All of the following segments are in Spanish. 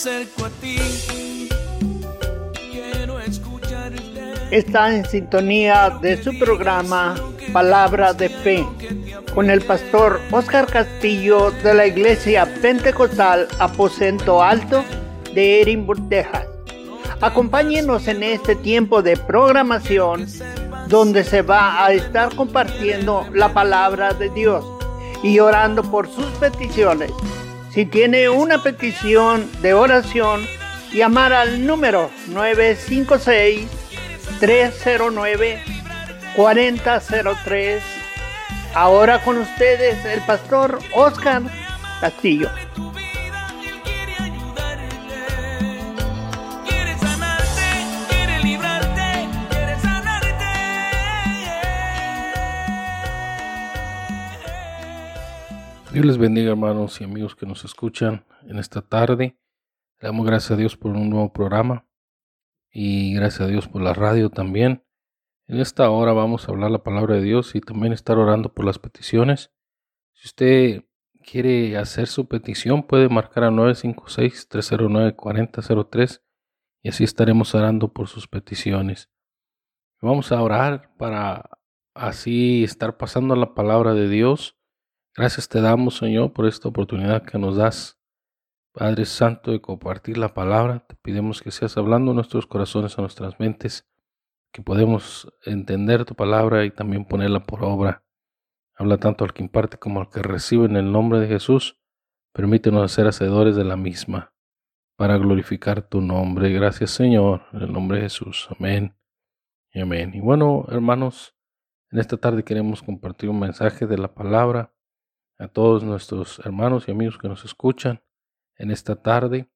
acerco a ti, quiero escucharte. Está en sintonía de su programa Palabra de Fe con el pastor Oscar Castillo de la Iglesia Pentecostal Aposento Alto de Edimburgo, Texas. Acompáñenos en este tiempo de programación donde se va a estar compartiendo la palabra de Dios y orando por sus peticiones. Si tiene una petición de oración, llamar al número 956-309-4003. Ahora con ustedes el pastor Oscar Castillo. Dios les bendiga, hermanos y amigos que nos escuchan en esta tarde. Le damos gracias a Dios por un nuevo programa y gracias a Dios por la radio también. En esta hora vamos a hablar la palabra de Dios y también estar orando por las peticiones. Si usted quiere hacer su petición, puede marcar a 956-309-4003 y así estaremos orando por sus peticiones. Vamos a orar para así estar pasando la palabra de Dios. Gracias te damos, Señor, por esta oportunidad que nos das, Padre Santo, de compartir la palabra. Te pedimos que seas hablando en nuestros corazones, a nuestras mentes, que podemos entender tu palabra y también ponerla por obra. Habla tanto al que imparte como al que recibe en el nombre de Jesús. Permítenos ser hacedores de la misma, para glorificar tu nombre. Gracias, Señor, en el nombre de Jesús. Amén y amén. Y bueno, hermanos, en esta tarde queremos compartir un mensaje de la palabra a todos nuestros hermanos y amigos que nos escuchan en esta tarde,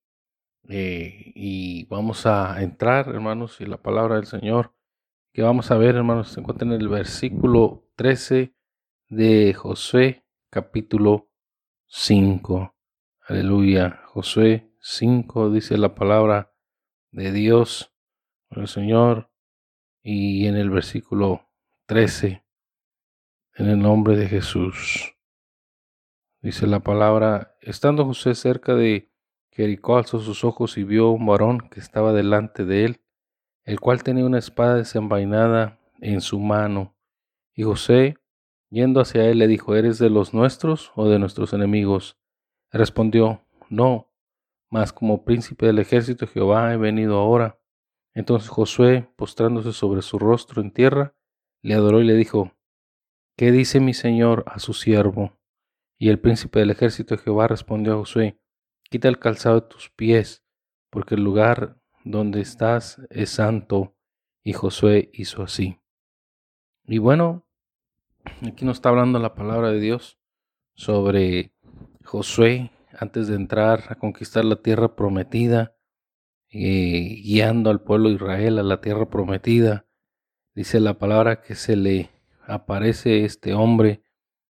y vamos a entrar, hermanos, en la palabra del Señor, que vamos a ver, hermanos, se encuentra en el versículo 13 de Josué, capítulo 5. Aleluya. Josué 5 dice la palabra de Dios, el Señor, y en el versículo 13, en el nombre de Jesús. Dice la palabra: estando José cerca de Jericó, alzó sus ojos y vio un varón que estaba delante de él, el cual tenía una espada desenvainada en su mano. Y José, yendo hacia él, le dijo: ¿eres de los nuestros o de nuestros enemigos? Respondió: no, mas como príncipe del ejército de Jehová he venido ahora. Entonces Josué, postrándose sobre su rostro en tierra, le adoró y le dijo: ¿qué dice mi señor a su siervo? Y el príncipe del ejército de Jehová respondió a Josué: quita el calzado de tus pies, porque el lugar donde estás es santo. Y Josué hizo así. Y bueno, aquí nos está hablando la palabra de Dios sobre Josué antes de entrar a conquistar la tierra prometida, guiando al pueblo de Israel a la tierra prometida. Dice la palabra que se le aparece este hombre,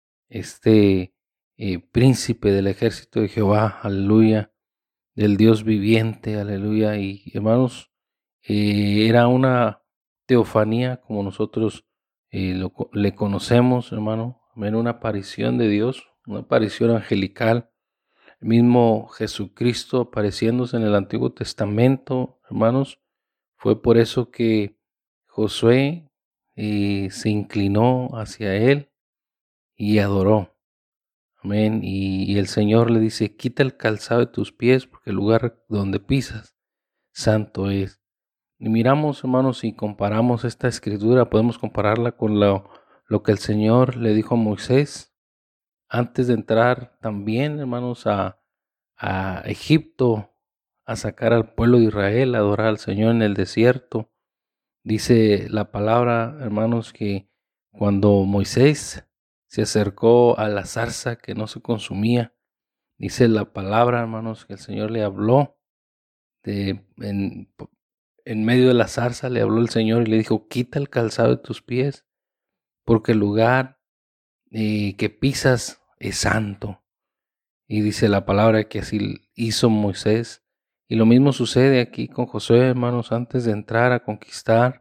príncipe del ejército de Jehová, aleluya, del Dios viviente, aleluya. Y hermanos, era una teofanía como nosotros le conocemos, hermano, una aparición de Dios, una aparición angelical, el mismo Jesucristo apareciéndose en el Antiguo Testamento, hermanos. Fue por eso que Josué se inclinó hacia él y adoró. Amén. Y el Señor le dice: quita el calzado de tus pies, porque el lugar donde pisas santo es. Y miramos, hermanos, y comparamos esta escritura, podemos compararla con lo que el Señor le dijo a Moisés antes de entrar también, hermanos, a Egipto, a sacar al pueblo de Israel, a adorar al Señor en el desierto. Dice la palabra, hermanos, que cuando Moisés se acercó a la zarza que no se consumía, dice la palabra, hermanos, que el Señor le habló en medio de la zarza, le habló el Señor y le dijo: quita el calzado de tus pies, porque el lugar que pisas es santo. Y dice la palabra que así hizo Moisés. Y lo mismo sucede aquí con Josué, hermanos, antes de entrar a conquistar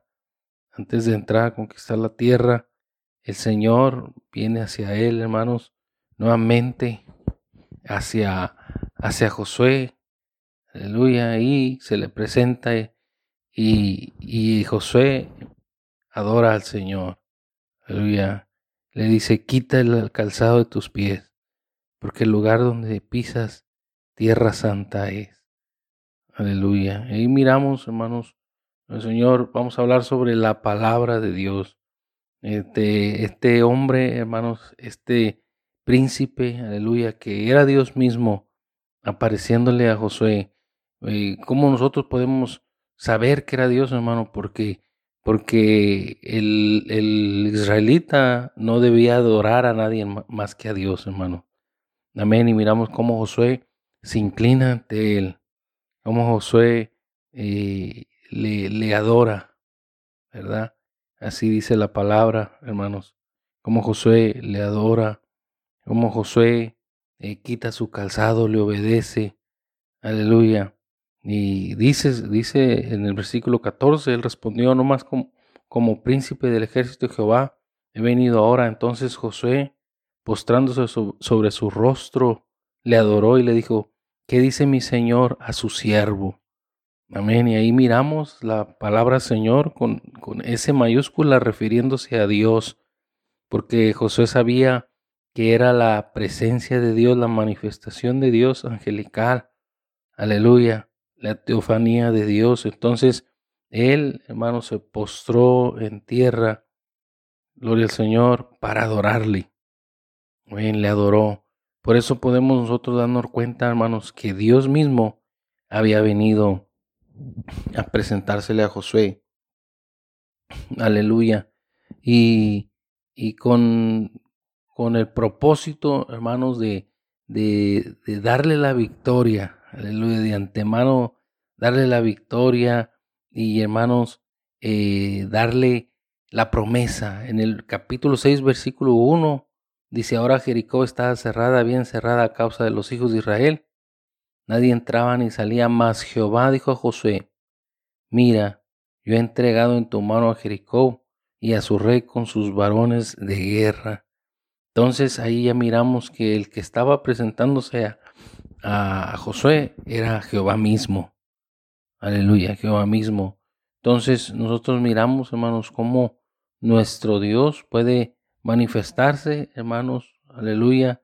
la tierra. El Señor viene hacia él, hermanos, nuevamente hacia Josué, Aleluya. Y se le presenta y Josué adora al Señor. Aleluya. Le dice, quita el calzado de tus pies, porque el lugar donde pisas, tierra santa es. Aleluya. Ahí miramos, hermanos, el Señor, vamos a hablar sobre la palabra de Dios. Este hombre, hermanos, este príncipe, aleluya, que era Dios mismo, apareciéndole a Josué. ¿Cómo nosotros podemos saber que era Dios, hermano? Porque el israelita no debía adorar a nadie más que a Dios, hermano. Amén. Y miramos cómo Josué se inclina ante él, cómo Josué le adora, ¿verdad? Así dice la palabra, hermanos. Cómo Josué le adora, cómo Josué quita su calzado, le obedece. Aleluya. Y dice en el versículo 14, él respondió, no más como príncipe del ejército de Jehová, he venido ahora. Entonces Josué, postrándose sobre su rostro, le adoró y le dijo, ¿qué dice mi señor a su siervo? Amén. Y ahí miramos la palabra Señor con S mayúscula refiriéndose a Dios, porque Josué sabía que era la presencia de Dios, la manifestación de Dios angelical. Aleluya, la teofanía de Dios. Entonces, él, hermano, se postró en tierra, gloria al Señor, para adorarle. Amén, le adoró. Por eso podemos nosotros darnos cuenta, hermanos, que Dios mismo había venido a presentársele a Josué. Aleluya. Y con el propósito, hermanos, de darle la victoria. Aleluya. De antemano, darle la victoria y, hermanos, darle la promesa. En el capítulo 6, versículo 1, dice, ahora Jericó estaba cerrada, bien cerrada a causa de los hijos de Israel. Nadie entraba ni salía, mas Jehová dijo a Josué, mira, yo he entregado en tu mano a Jericó y a su rey con sus varones de guerra. Entonces ahí ya miramos que el que estaba presentándose a Josué era Jehová mismo. Aleluya, Jehová mismo. Entonces nosotros miramos, hermanos, cómo nuestro Dios puede manifestarse, hermanos, aleluya,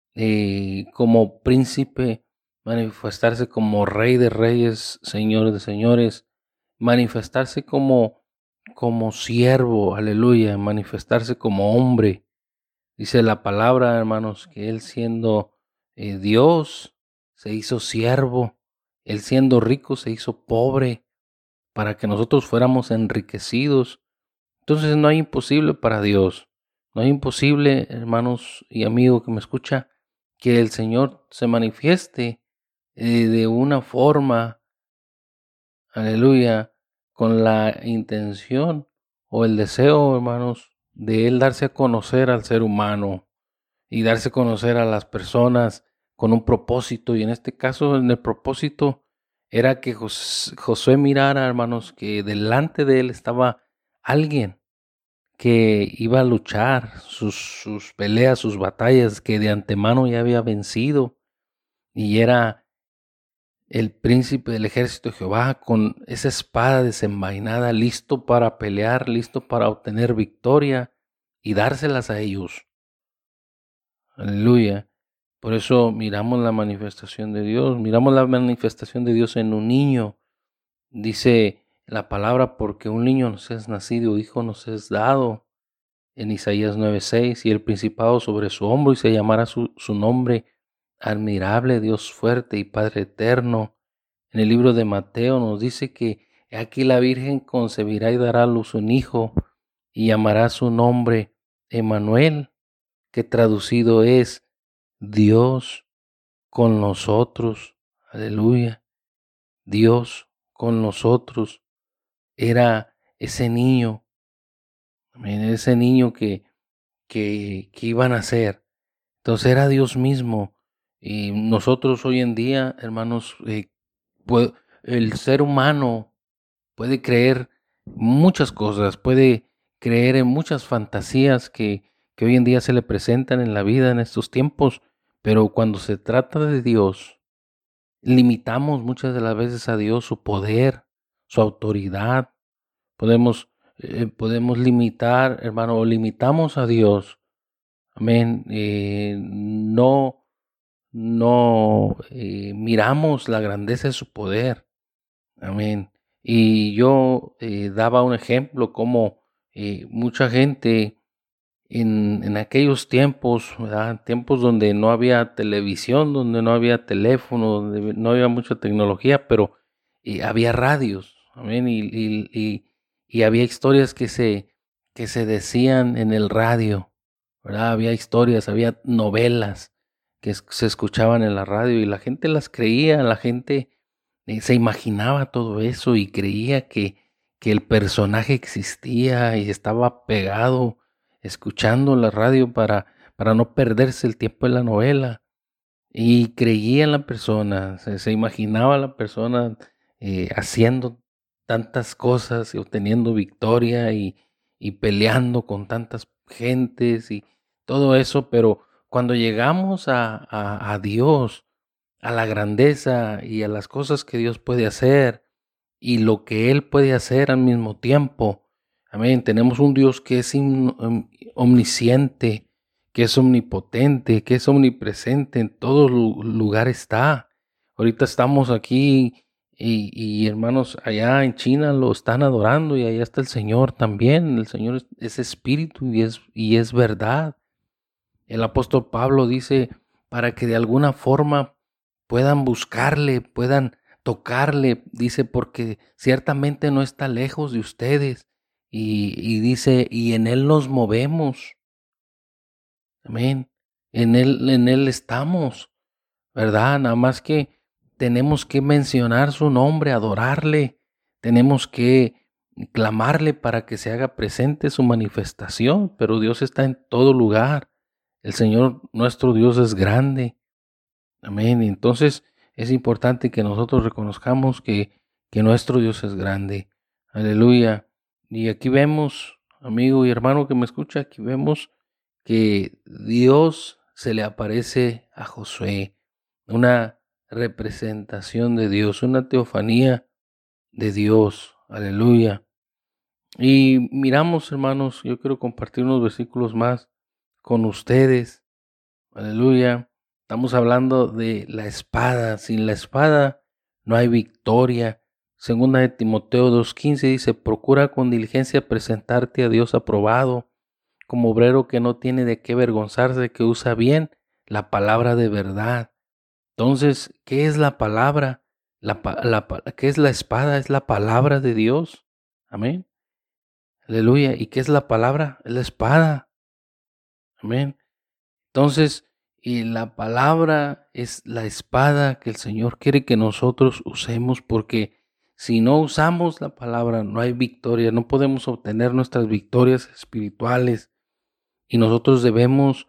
como príncipe, manifestarse como rey de reyes, señor de señores, manifestarse como siervo, aleluya, manifestarse como hombre. Dice la palabra, hermanos, que él siendo Dios se hizo siervo, él siendo rico se hizo pobre para que nosotros fuéramos enriquecidos. Entonces no hay imposible para Dios, no hay imposible, hermanos y amigos que me escucha, que el Señor se manifieste de una forma, aleluya, con la intención o el deseo, hermanos, de él darse a conocer al ser humano y darse a conocer a las personas con un propósito. Y en este caso, en el propósito era que Josué mirara, hermanos, que delante de él estaba alguien que iba a luchar sus peleas, sus batallas, que de antemano ya había vencido, y era el príncipe del ejército de Jehová con esa espada desenvainada, listo para pelear, listo para obtener victoria y dárselas a ellos. Aleluya. Por eso miramos la manifestación de Dios, miramos la manifestación de Dios en un niño. Dice la palabra, porque un niño nos es nacido, hijo nos es dado. En Isaías 9:6, y el principado sobre su hombro, y se llamará su nombre admirable, Dios fuerte y Padre eterno. En el libro de Mateo nos dice que aquí la Virgen concebirá y dará a luz un hijo, y llamará su nombre Emmanuel, que traducido es Dios con nosotros. Aleluya. Dios con nosotros. Era ese niño, ese niño que iban a ser. Entonces era Dios mismo. Y nosotros hoy en día, hermanos, el ser humano puede creer muchas cosas, puede creer en muchas fantasías que hoy en día se le presentan en la vida en estos tiempos, pero cuando se trata de Dios, limitamos muchas de las veces a Dios, su poder, su autoridad. Podemos limitar, hermano, o limitamos a Dios. Amén. No miramos la grandeza de su poder. Amén. Y yo daba un ejemplo como mucha gente en aquellos tiempos, ¿verdad? Tiempos donde no había televisión, donde no había teléfono, donde no había mucha tecnología, pero había radios. Amén. Y había historias que se decían en el radio, ¿verdad? Había historias, había novelas que se escuchaban en la radio y la gente las creía, la gente se imaginaba todo eso y creía que el personaje existía y estaba pegado escuchando la radio para no perderse el tiempo de la novela. Y creía en la persona, se imaginaba a la persona haciendo tantas cosas y obteniendo victoria y peleando con tantas gentes y todo eso, pero cuando llegamos a Dios, a la grandeza y a las cosas que Dios puede hacer y lo que Él puede hacer al mismo tiempo, amén, tenemos un Dios que es omnisciente, que es omnipotente, que es omnipresente, en todo lugar está. Ahorita estamos aquí y hermanos, allá en China lo están adorando y allá está el Señor también. El Señor es espíritu y es verdad. El apóstol Pablo dice, para que de alguna forma puedan buscarle, puedan tocarle, dice, porque ciertamente no está lejos de ustedes. Y dice, y en Él nos movemos. Amén. En Él estamos, ¿verdad? Nada más que tenemos que mencionar su nombre, adorarle, tenemos que clamarle para que se haga presente su manifestación, pero Dios está en todo lugar. El Señor nuestro Dios es grande. Amén. Y entonces es importante que nosotros reconozcamos que nuestro Dios es grande. Aleluya. Y aquí vemos, amigo y hermano que me escucha, aquí vemos que Dios se le aparece a Josué, una representación de Dios, una teofanía de Dios. Aleluya. Y miramos, hermanos, yo quiero compartir unos versículos más con ustedes. Aleluya. Estamos hablando de la espada. Sin la espada no hay victoria. Segunda de Timoteo 2:15 dice, procura con diligencia presentarte a Dios aprobado, como obrero que no tiene de qué avergonzarse, que usa bien la palabra de verdad. Entonces, ¿qué es la palabra? ¿Qué es la espada? Es la palabra de Dios. Amén. Aleluya. ¿Y qué es la palabra? Es la espada. Amén. Entonces, y la palabra es la espada que el Señor quiere que nosotros usemos, porque si no usamos la palabra no hay victoria, no podemos obtener nuestras victorias espirituales y nosotros debemos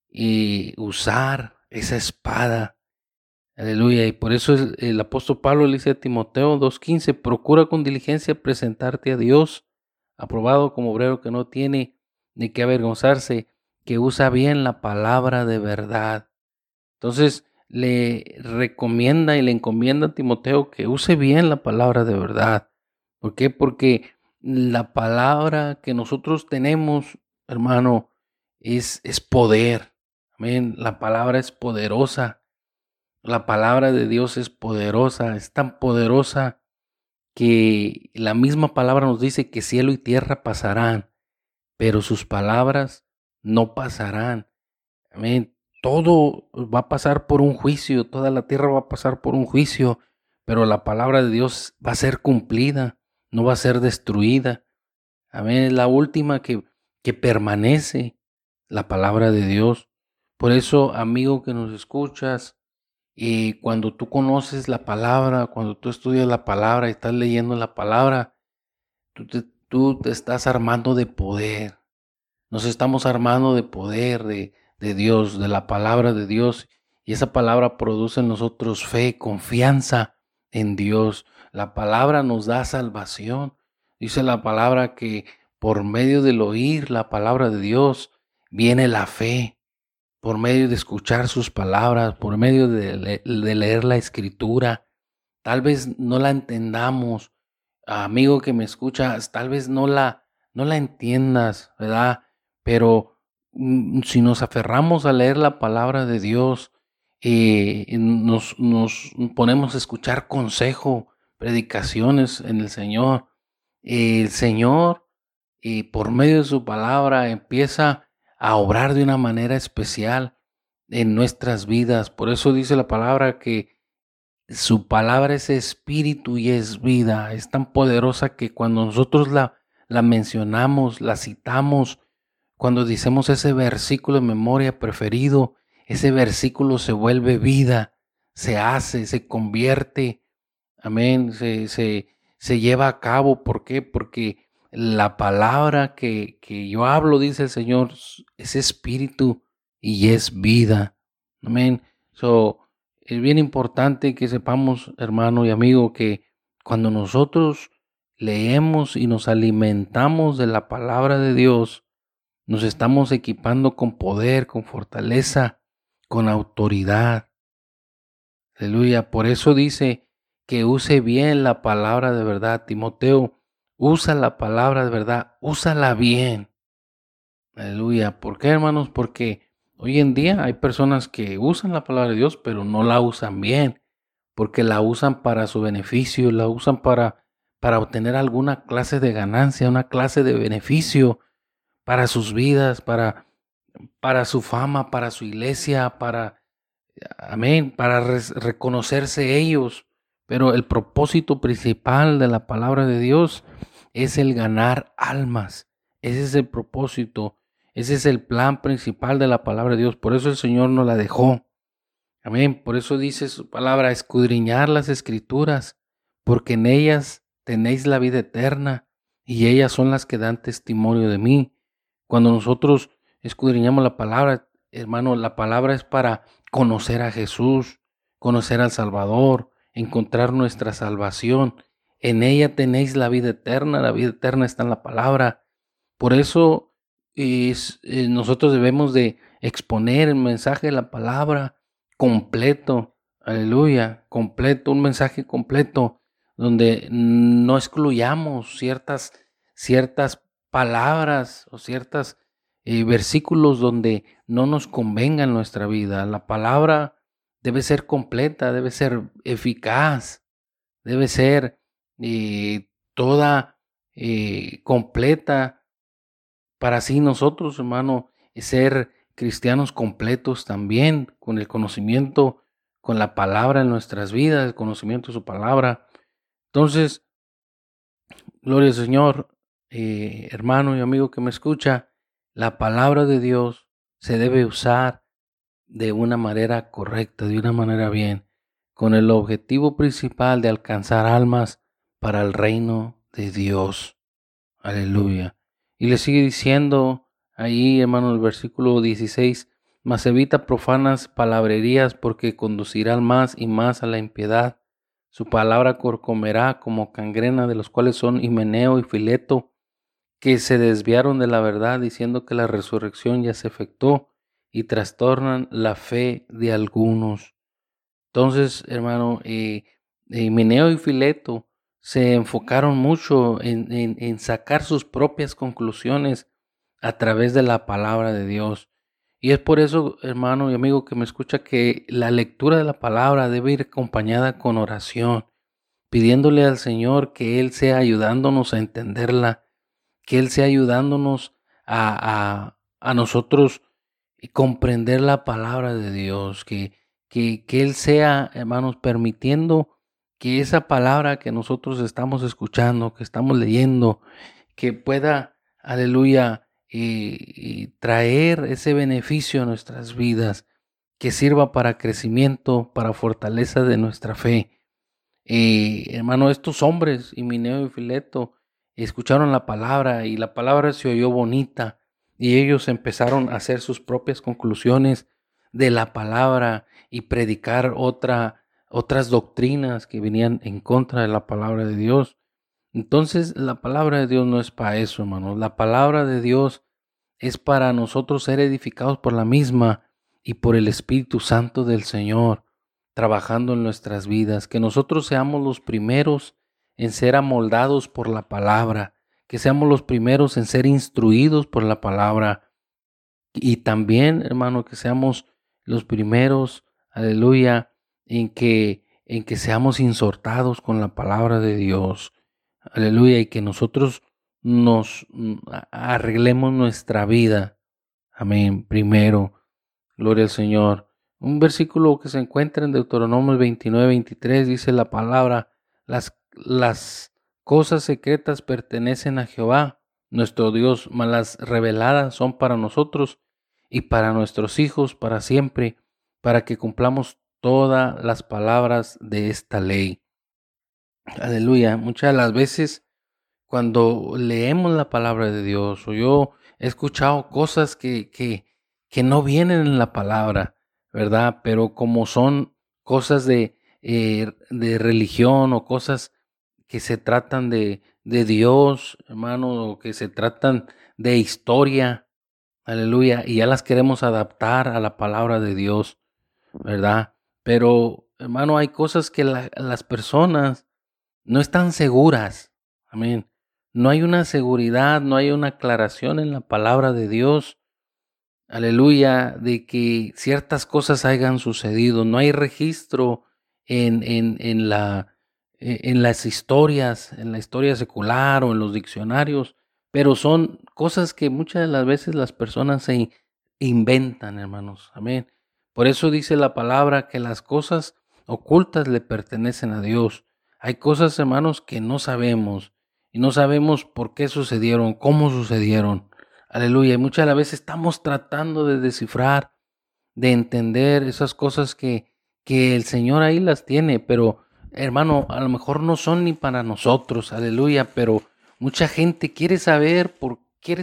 usar esa espada. Aleluya. Y por eso el apóstol Pablo le dice a Timoteo 2:15, procura con diligencia presentarte a Dios, aprobado como obrero que no tiene de qué avergonzarse, que usa bien la palabra de verdad. Entonces le recomienda y le encomienda a Timoteo que use bien la palabra de verdad. ¿Por qué? Porque la palabra que nosotros tenemos, hermano, es poder. Amén. La palabra es poderosa. La palabra de Dios es poderosa, es tan poderosa que la misma palabra nos dice que cielo y tierra pasarán, pero sus palabras no pasarán. Amén. Todo va a pasar por un juicio, toda la tierra va a pasar por un juicio, pero la palabra de Dios va a ser cumplida, no va a ser destruida. Amén. Es la última que permanece, la palabra de Dios. Por eso, amigo que nos escuchas, y cuando tú conoces la palabra, cuando tú estudias la palabra y estás leyendo la palabra, tú te estás armando de poder. Nos estamos armando de poder de Dios, de la palabra de Dios. Y esa palabra produce en nosotros fe, confianza en Dios. La palabra nos da salvación. Dice la palabra que por medio del oír la palabra de Dios viene la fe. por medio de escuchar sus palabras, por medio de leer la Escritura. Tal vez no la entendamos, amigo que me escuchas, tal vez no la entiendas, ¿verdad? Pero si nos aferramos a leer la palabra de Dios, nos ponemos a escuchar consejo, predicaciones en el Señor, el Señor, por medio de su palabra, empieza a obrar de una manera especial en nuestras vidas. Por eso dice la palabra que su palabra es espíritu y es vida. Es tan poderosa que cuando nosotros la mencionamos, la citamos, cuando decimos ese versículo de memoria preferido, ese versículo se vuelve vida, se hace, se convierte, amén, se lleva a cabo. ¿Por qué? Porque la palabra que yo hablo, dice el Señor, es espíritu y es vida. Amén. Es bien importante que sepamos, hermano y amigo, que cuando nosotros leemos y nos alimentamos de la palabra de Dios, nos estamos equipando con poder, con fortaleza, con autoridad. Aleluya. Por eso dice que use bien la palabra de verdad. Timoteo, usa la palabra de verdad, úsala bien. Aleluya. ¿Por qué, hermanos? Porque hoy en día hay personas que usan la palabra de Dios, pero no la usan bien, porque la usan para su beneficio, la usan para obtener alguna clase de ganancia, una clase de beneficio para sus vidas, para su fama, para su iglesia, amén, para reconocerse ellos. Pero el propósito principal de la palabra de Dios es el ganar almas. Ese es el propósito, ese es el plan principal de la palabra de Dios. Por eso el Señor nos la dejó. Amén. Por eso dice su palabra, escudriñar las escrituras, porque en ellas tenéis la vida eterna y ellas son las que dan testimonio de mí. Cuando nosotros escudriñamos la palabra, hermano, la palabra es para conocer a Jesús, conocer al Salvador, encontrar nuestra salvación. En ella tenéis la vida eterna está en la palabra. Por eso nosotros debemos de exponer el mensaje de la palabra completo, aleluya, completo, un mensaje completo, donde no excluyamos ciertas palabras o ciertos versículos donde no nos convenga en nuestra vida. La palabra debe ser completa, debe ser eficaz, debe ser toda completa, para así nosotros, hermano, ser cristianos completos también, con el conocimiento, con la palabra en nuestras vidas, el conocimiento de su palabra. Entonces, gloria al Señor, hermano y amigo que me escucha, la palabra de Dios se debe usar de una manera correcta, de una manera bien, con el objetivo principal de alcanzar almas para el reino de Dios. Aleluya. Y le sigue diciendo ahí, hermano, el versículo 16, mas evita profanas palabrerías, porque conducirán más y más a la impiedad. Su palabra corcomerá como gangrena, de los cuales son Himeneo y Fileto, que se desviaron de la verdad, diciendo que la resurrección ya se efectuó, y trastornan la fe de algunos. Entonces, hermano, Himeneo y Fileto se enfocaron mucho en sacar sus propias conclusiones a través de la palabra de Dios. Y es por eso, hermano y amigo que me escucha, que la lectura de la palabra debe ir acompañada con oración, pidiéndole al Señor que Él sea ayudándonos a entenderla, que Él sea ayudándonos a nosotros comprender la palabra de Dios, que Él sea, hermanos, permitiendo que esa palabra que nosotros estamos escuchando, que estamos leyendo, que pueda, aleluya, traer ese beneficio a nuestras vidas, que sirva para crecimiento, para fortaleza de nuestra fe. Hermano, estos hombres, Himeneo y Fileto, escucharon la palabra y la palabra se oyó bonita y ellos empezaron a hacer sus propias conclusiones de la palabra y predicar otras doctrinas que venían en contra de la palabra de Dios. Entonces, la palabra de Dios no es para eso, hermanos. La palabra de Dios es para nosotros ser edificados por la misma y por el Espíritu Santo del Señor trabajando en nuestras vidas, que nosotros seamos los primeros en ser amoldados por la palabra, que seamos los primeros en ser instruidos por la palabra y también, hermano, que seamos los primeros, aleluya, en que seamos insortados con la palabra de Dios, aleluya, y que nosotros nos arreglemos nuestra vida, amén, primero, gloria al Señor. Un versículo que se encuentra en Deuteronomio 29-23 dice la palabra, las cosas secretas pertenecen a Jehová, nuestro Dios, mas las reveladas son para nosotros y para nuestros hijos para siempre, para que cumplamos todas las palabras de esta ley. Aleluya. Muchas de las veces cuando leemos la palabra de Dios, o yo he escuchado cosas que no vienen en la palabra, ¿verdad? Pero como son cosas de religión o cosas que se tratan de Dios, hermano, o que se tratan de historia, aleluya, y ya las queremos adaptar a la palabra de Dios, ¿verdad? Pero, hermano, hay cosas que las personas no están seguras, amén. No hay una seguridad, no hay una aclaración en la palabra de Dios, aleluya, de que ciertas cosas hayan sucedido. No hay registro en las historias, en la historia secular o en los diccionarios, pero son cosas que muchas de las veces las personas se inventan, hermanos. Amén. Por eso dice la palabra que las cosas ocultas le pertenecen a Dios. Hay cosas, hermanos, que no sabemos y no sabemos por qué sucedieron, cómo sucedieron. Aleluya. Y muchas de las veces estamos tratando de descifrar, de entender esas cosas que el Señor ahí las tiene, pero hermano, a lo mejor no son ni para nosotros, aleluya, pero mucha gente quiere saber por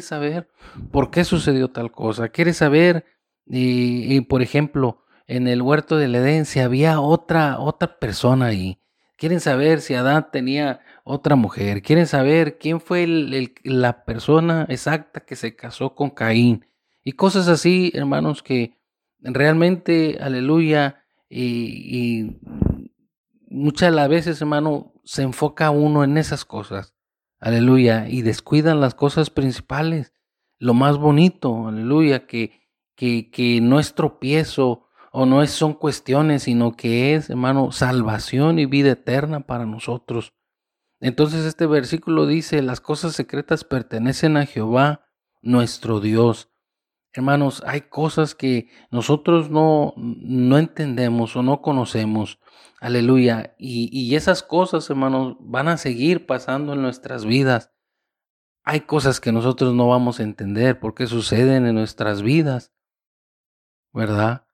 qué sucedió tal cosa, quiere saber, y por ejemplo, en el huerto del Edén si había otra persona ahí, quieren saber si Adán tenía otra mujer, quieren saber quién fue la persona exacta que se casó con Caín, y cosas así, hermanos, que realmente, aleluya, y muchas de las veces, hermano, se enfoca uno en esas cosas, aleluya, y descuidan las cosas principales, lo más bonito, aleluya, que no es tropiezo o no son cuestiones, sino que es, hermano, salvación y vida eterna para nosotros. Entonces este versículo dice, las cosas secretas pertenecen a Jehová, nuestro Dios. Hermanos, hay cosas que nosotros no entendemos o no conocemos. Aleluya. Y esas cosas, hermanos, van a seguir pasando en nuestras vidas. Hay cosas que nosotros no vamos a entender por qué suceden en nuestras vidas, ¿verdad?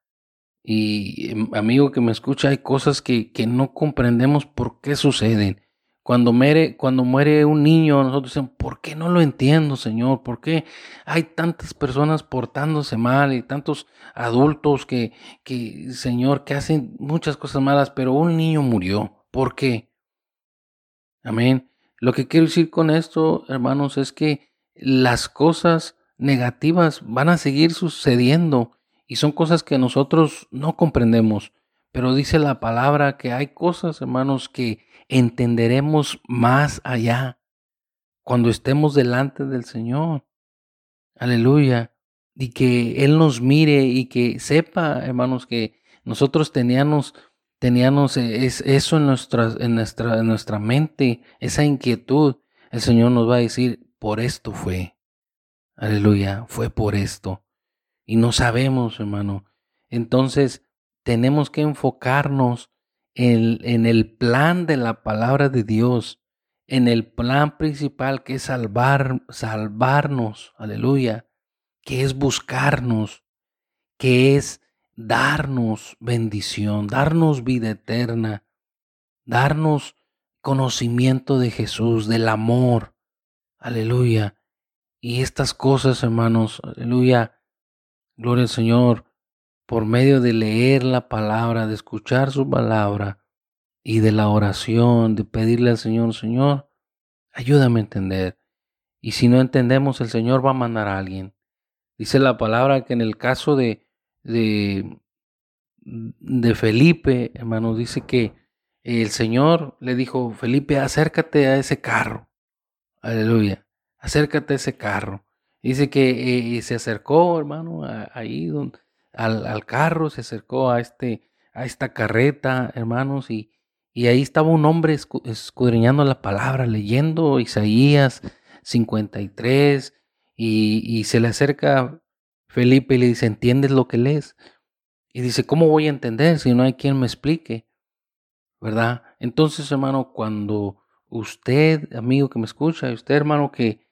Y amigo que me escucha, hay cosas que no comprendemos por qué suceden. Cuando muere un niño, nosotros decimos, ¿por qué no lo entiendo, Señor? ¿Por qué hay tantas personas portándose mal y tantos adultos Señor, que hacen muchas cosas malas, pero un niño murió? ¿Por qué? Amén. Lo que quiero decir con esto, hermanos, es que las cosas negativas van a seguir sucediendo y son cosas que nosotros no comprendemos. Pero dice la palabra que hay cosas, hermanos, que entenderemos más allá cuando estemos delante del Señor. Aleluya. Y que Él nos mire y que sepa, hermanos, que nosotros teníamos eso en nuestra mente, esa inquietud. El Señor nos va a decir, por esto fue. Aleluya, fue por esto. Y no sabemos, hermano. Entonces, tenemos que enfocarnos en el plan de la palabra de Dios, en el plan principal que es salvarnos, aleluya, que es buscarnos, que es darnos bendición, darnos vida eterna, darnos conocimiento de Jesús, del amor, aleluya. Y estas cosas, hermanos, aleluya, gloria al Señor, por medio de leer la palabra, de escuchar su palabra y de la oración, de pedirle al Señor, Señor, ayúdame a entender. Y si no entendemos, el Señor va a mandar a alguien. Dice la palabra que en el caso de de, de Felipe, hermanos, dice que el Señor le dijo: Felipe, acércate a ese carro. Aleluya. Acércate a ese carro. Dice que se acercó, hermano, ahí al carro, se acercó a esta carreta, hermanos, y ahí estaba un hombre escudriñando la palabra, leyendo Isaías 53, y se le acerca Felipe y le dice: ¿entiendes lo que lees? Y dice: ¿cómo voy a entender si no hay quien me explique? ¿Verdad? Entonces, hermano, cuando usted, amigo que me escucha, y usted, hermano,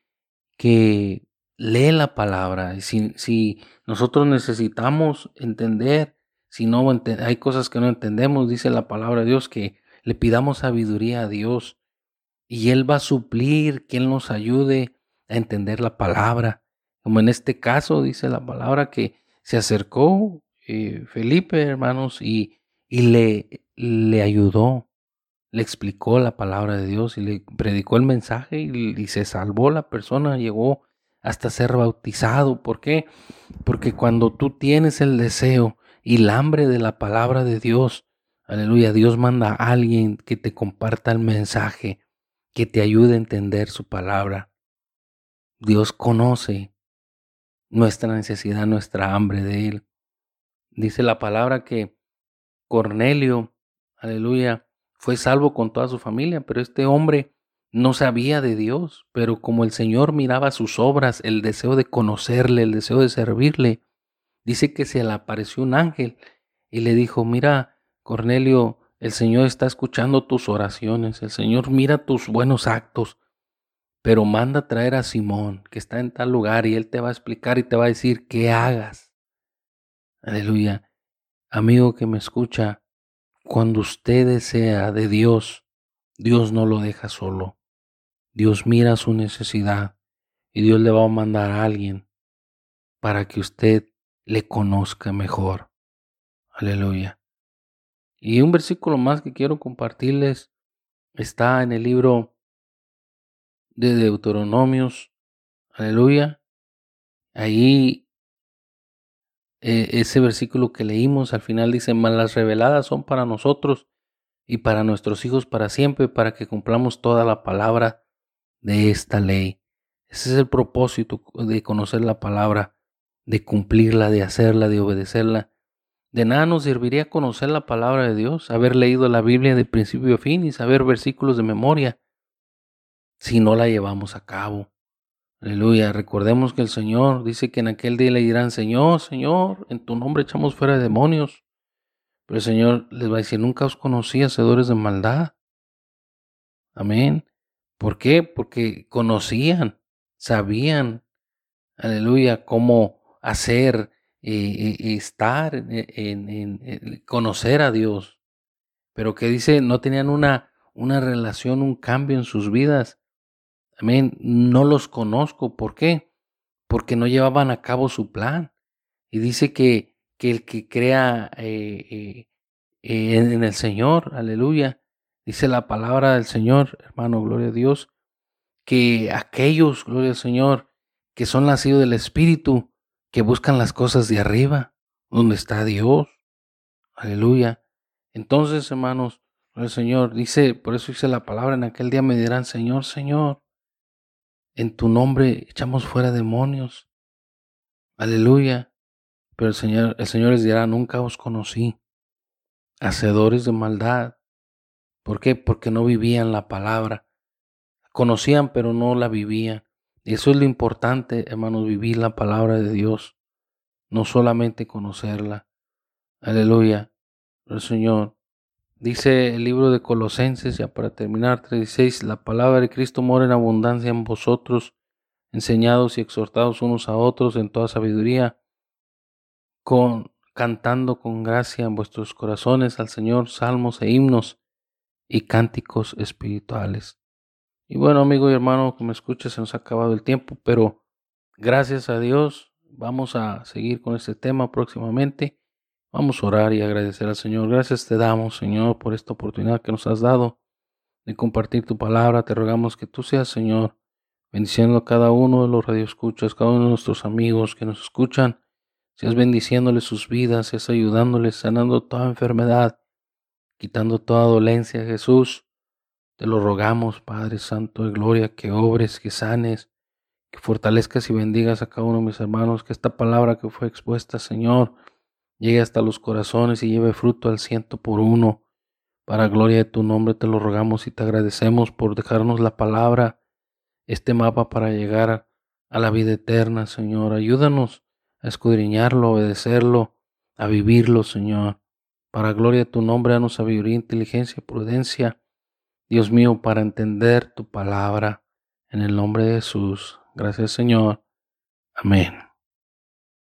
que lee la palabra, y si nosotros necesitamos entender, si no hay cosas que no entendemos, dice la palabra de Dios, que le pidamos sabiduría a Dios, y Él va a suplir que Él nos ayude a entender la palabra. Como en este caso dice la palabra que se acercó Felipe, hermanos, y le ayudó, le explicó la palabra de Dios y le predicó el mensaje, y se salvó la persona, llegó hasta ser bautizado. ¿Por qué? Porque cuando tú tienes el deseo y el hambre de la palabra de Dios, aleluya, Dios manda a alguien que te comparta el mensaje, que te ayude a entender su palabra. Dios conoce nuestra necesidad, nuestra hambre de Él. Dice la palabra que Cornelio, aleluya, fue salvo con toda su familia, pero este hombre no sabía de Dios, pero como el Señor miraba sus obras, el deseo de conocerle, el deseo de servirle, dice que se le apareció un ángel y le dijo: mira, Cornelio, el Señor está escuchando tus oraciones, el Señor mira tus buenos actos, pero manda a traer a Simón, que está en tal lugar, y él te va a explicar y te va a decir qué hagas. Aleluya. Amigo que me escucha, cuando usted desea de Dios, Dios no lo deja solo. Dios mira su necesidad y Dios le va a mandar a alguien para que usted le conozca mejor. Aleluya. Y un versículo más que quiero compartirles está en el libro de Deuteronomios. Aleluya. Ahí ese versículo que leímos al final dice: mas las reveladas son para nosotros y para nuestros hijos para siempre, para que cumplamos toda la palabra de esta ley. Ese es el propósito de conocer la palabra, de cumplirla, de hacerla, de obedecerla. De nada nos serviría conocer la palabra de Dios, haber leído la Biblia de principio a fin y saber versículos de memoria, si no la llevamos a cabo. Aleluya. Recordemos que el Señor dice que en aquel día le dirán: Señor, Señor, en tu nombre echamos fuera demonios. Pero el Señor les va a decir: nunca os conocí, hacedores de maldad. Amén. ¿Por qué? Porque conocían, sabían, aleluya, cómo hacer, estar en conocer a Dios. Pero que dice, no tenían una relación, un cambio en sus vidas. Amén. No los conozco. ¿Por qué? Porque no llevaban a cabo su plan. Y dice que el que crea en el Señor, aleluya, dice la palabra del Señor, hermano, gloria a Dios, que aquellos, gloria al Señor, que son nacidos del Espíritu, que buscan las cosas de arriba, donde está Dios, aleluya. Entonces, hermanos, gloria al Señor, dice, por eso dice la palabra: en aquel día me dirán: Señor, Señor, en tu nombre echamos fuera demonios, aleluya. Pero el Señor les dirá: nunca os conocí, hacedores de maldad. ¿Por qué? Porque no vivían la palabra. Conocían, pero no la vivían. Y eso es lo importante, hermanos, vivir la palabra de Dios, no solamente conocerla. Aleluya. El Señor. Dice el libro de Colosenses, ya para terminar, 3:16: la palabra de Cristo mora en abundancia en vosotros, enseñados y exhortados unos a otros en toda sabiduría, cantando con gracia en vuestros corazones al Señor salmos e himnos y cánticos espirituales. Y bueno, amigo y hermano que me escucha, se nos ha acabado el tiempo, pero gracias a Dios vamos a seguir con este tema próximamente. Vamos a orar y agradecer al Señor. Gracias te damos, Señor, por esta oportunidad que nos has dado de compartir tu palabra. Te rogamos que tú seas, Señor, bendiciendo a cada uno de los radioescuchas, cada uno de nuestros amigos que nos escuchan. seas bendiciéndoles sus vidas, seas ayudándoles, sanando toda enfermedad, quitando toda dolencia, Jesús. Te lo rogamos, Padre Santo de Gloria, que obres, que sanes, que fortalezcas y bendigas a cada uno de mis hermanos, que esta palabra que fue expuesta, Señor, llegue hasta los corazones y lleve fruto al 100 por 1. Para gloria de tu nombre te lo rogamos y te agradecemos por dejarnos la palabra, este mapa para llegar a la vida eterna, Señor. Ayúdanos a escudriñarlo, a obedecerlo, a vivirlo, Señor. Para gloria de tu nombre, danos sabiduría, inteligencia, prudencia, Dios mío, para entender tu palabra. En el nombre de Jesús. Gracias, Señor. Amén.